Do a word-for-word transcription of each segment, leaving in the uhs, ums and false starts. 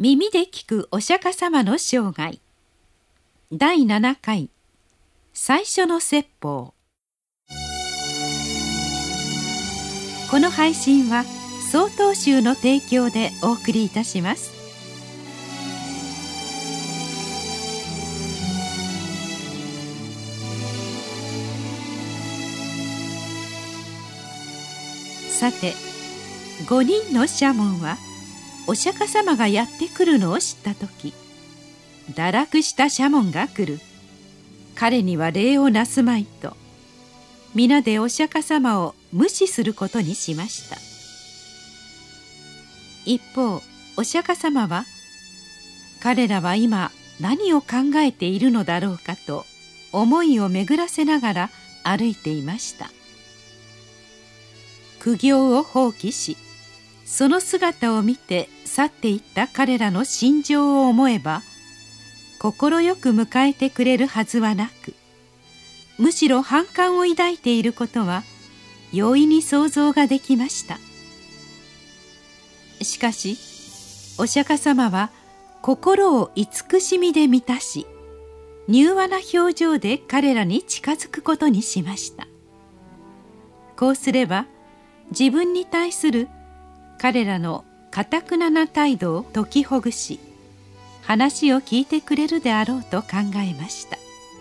耳で聞くお釈迦様の生涯だいななかい最初の説法。この配信は曹洞宗の提供でお送りいたします。さて、ごにんの舎門はお釈迦様がやってくるのを知ったとき、堕落した舎門が来る、彼には礼をなすまいと、皆でお釈迦様を無視することにしました。一方、お釈迦様は、彼らは今何を考えているのだろうかと思いを巡らせながら歩いていました。苦行を放棄し、その姿を見て去っていった彼らの心情を思えば、快く迎えてくれるはずはなく、むしろ反感を抱いていることは容易に想像ができました。しかし、お釈迦様は心を慈しみで満たし、柔和な表情で彼らに近づくことにしました。こうすれば、自分に対する彼らの頑なな態度を解きほぐし、話を聞いてくれるであろうと考えました。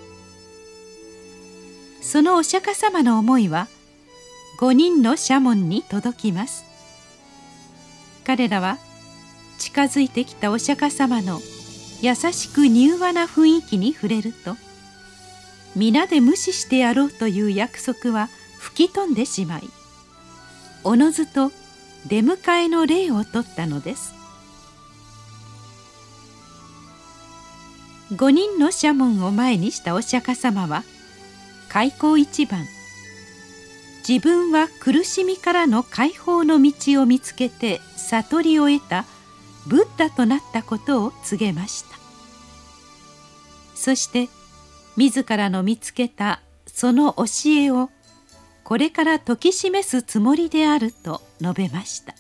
そのお釈迦様の思いはごにんの舎門に届きます。彼らは近づいてきたお釈迦様の優しく柔和な雰囲気に触れると、皆で無視してやろうという約束は吹き飛んでしまい、おのずと出迎えの礼をとったのです。五人の舎門を前にしたお釈迦様は、開口一番、自分は苦しみからの解放の道を見つけて悟りを得たブッダとなったことを告げました。そして自らの見つけたその教えをこれから説き示すつもりであると述べました。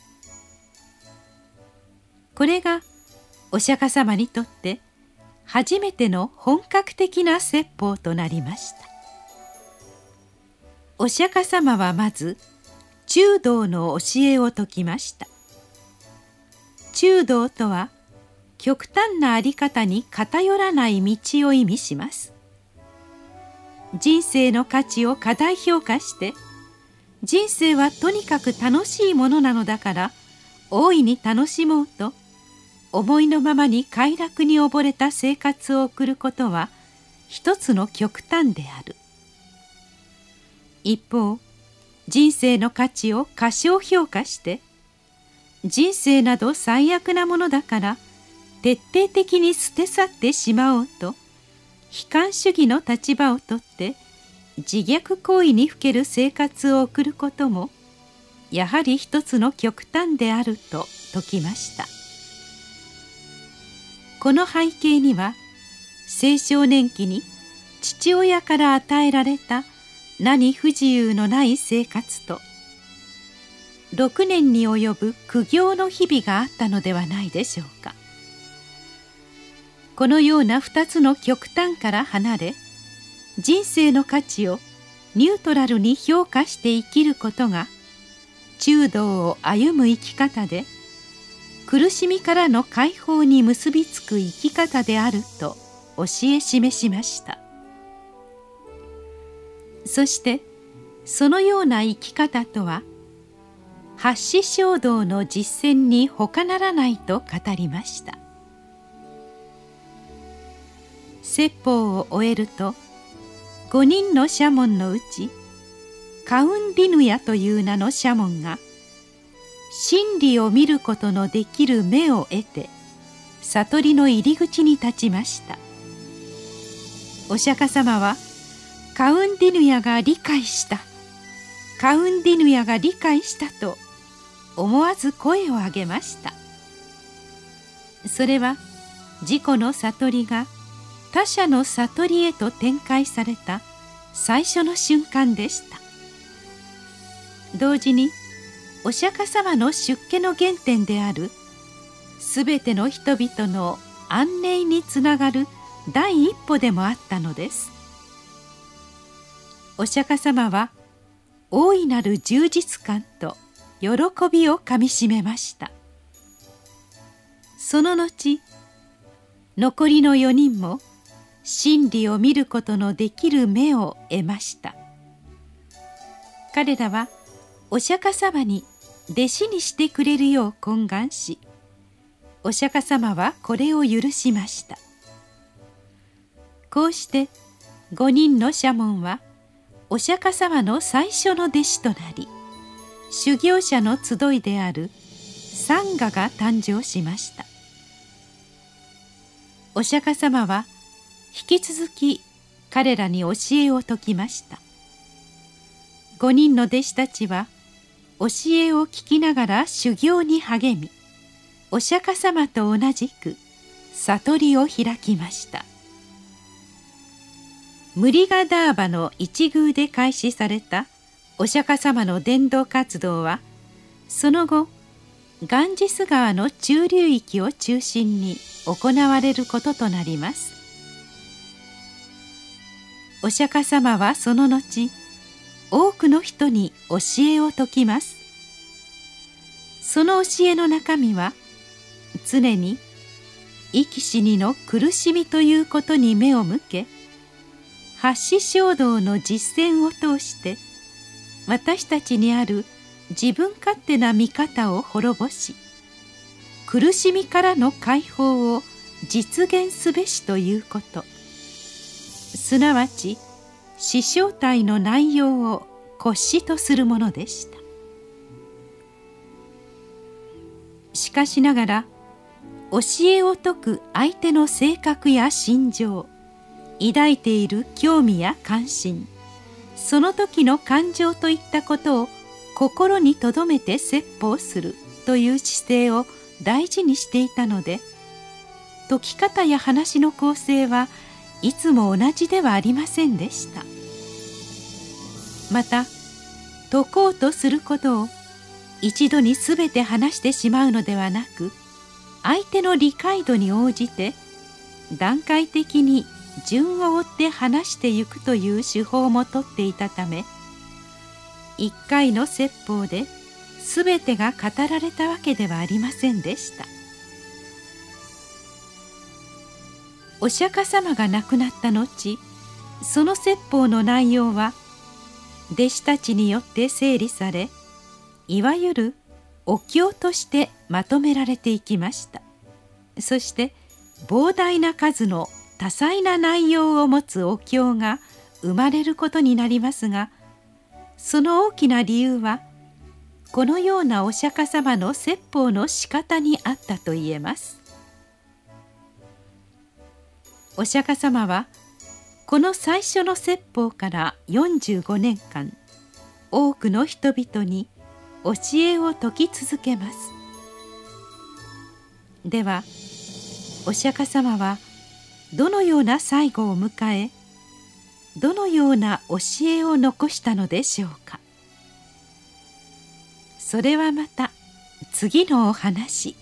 これがお釈迦様にとって初めての本格的な説法となりました。お釈迦様はまず中道の教えを説きました。中道とは極端なあり方に偏らない道を意味します。人生の価値を過大評価して、人生はとにかく楽しいものなのだから大いに楽しもうと、思いのままに快楽に溺れた生活を送ることは一つの極端である。一方、人生の価値を過小評価して、人生など最悪なものだから徹底的に捨て去ってしまおうと、悲観主義の立場をとって自虐行為にふける生活を送ることも、やはり一つの極端であると説きました。この背景には、青少年期に父親から与えられた何不自由のない生活と、ろくねんに及ぶ苦行の日々があったのではないでしょうか。このような二つの極端から離れ、人生の価値をニュートラルに評価して生きることが中道を歩む生き方で、苦しみからの解放に結びつく生き方であると教え示しました。そしてそのような生き方とは、八支正道の実践に他ならないと語りました。説法を終えると、五人の舎門のうちカウンディヌヤという名の舎門が、真理を見ることのできる目を得て悟りの入り口に立ちました。お釈迦様は、カウンディヌヤが理解した、カウンディヌヤが理解したと思わず声を上げました。それは自己の悟りが他者の悟りへと展開された最初の瞬間でした。同時にお釈迦様の出家の原点であるすべての人々の安寧につながる第一歩でもあったのです。お釈迦様は大いなる充実感と喜びをかみしめました。その後、残りのよにんも真理を見ることのできる目を得ました。彼らはお釈迦様に弟子にしてくれるよう懇願し、お釈迦様はこれを許しました。こうしてごにんの沙門はお釈迦様の最初の弟子となり、修行者の集いであるサンガが誕生しました。お釈迦様は引き続き彼らに教えを説きました。ごにんの弟子たちは教えを聞きながら修行に励み、お釈迦様と同じく悟りを開きました。ムリガダーバの一宮で開始されたお釈迦様の伝道活動は、その後ガンジス川の中流域を中心に行われることとなります。お釈迦様はその後、多くの人に教えを説きます。その教えの中身は、常に生き死にの苦しみということに目を向け、八支衝動の実践を通して私たちにある自分勝手な見方を滅ぼし、苦しみからの解放を実現すべしということ、すなわち四聖諦の内容を骨子とするものでした。しかしながら、教えを説く相手の性格や心情、抱いている興味や関心、その時の感情といったことを心に留めて説法するという姿勢を大事にしていたので、説き方や話の構成はいつも同じではありませんでした。また、説こうとすることを一度にすべて話してしまうのではなく、相手の理解度に応じて段階的に順を追って話してゆくという手法もとっていたため、一回の説法で全てが語られたわけではありませんでした。お釈迦様が亡くなった後、その説法の内容は弟子たちによって整理され、いわゆるお経としてまとめられていきました。そして膨大な数の多彩な内容を持つお経が生まれることになりますが、その大きな理由はこのようなお釈迦様の説法の仕方にあったと言えます。お釈迦様はこの最初の説法からよんじゅうごねんかん、多くの人々に教えを説き続けます。では、お釈迦様はどのような最後を迎え、どのような教えを残したのでしょうか。それはまた次のお話。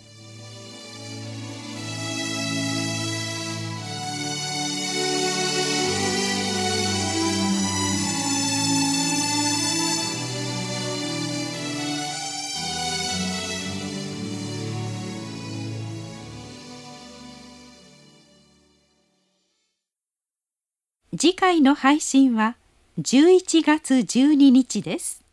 次回の配信はじゅういちがつじゅうににちです。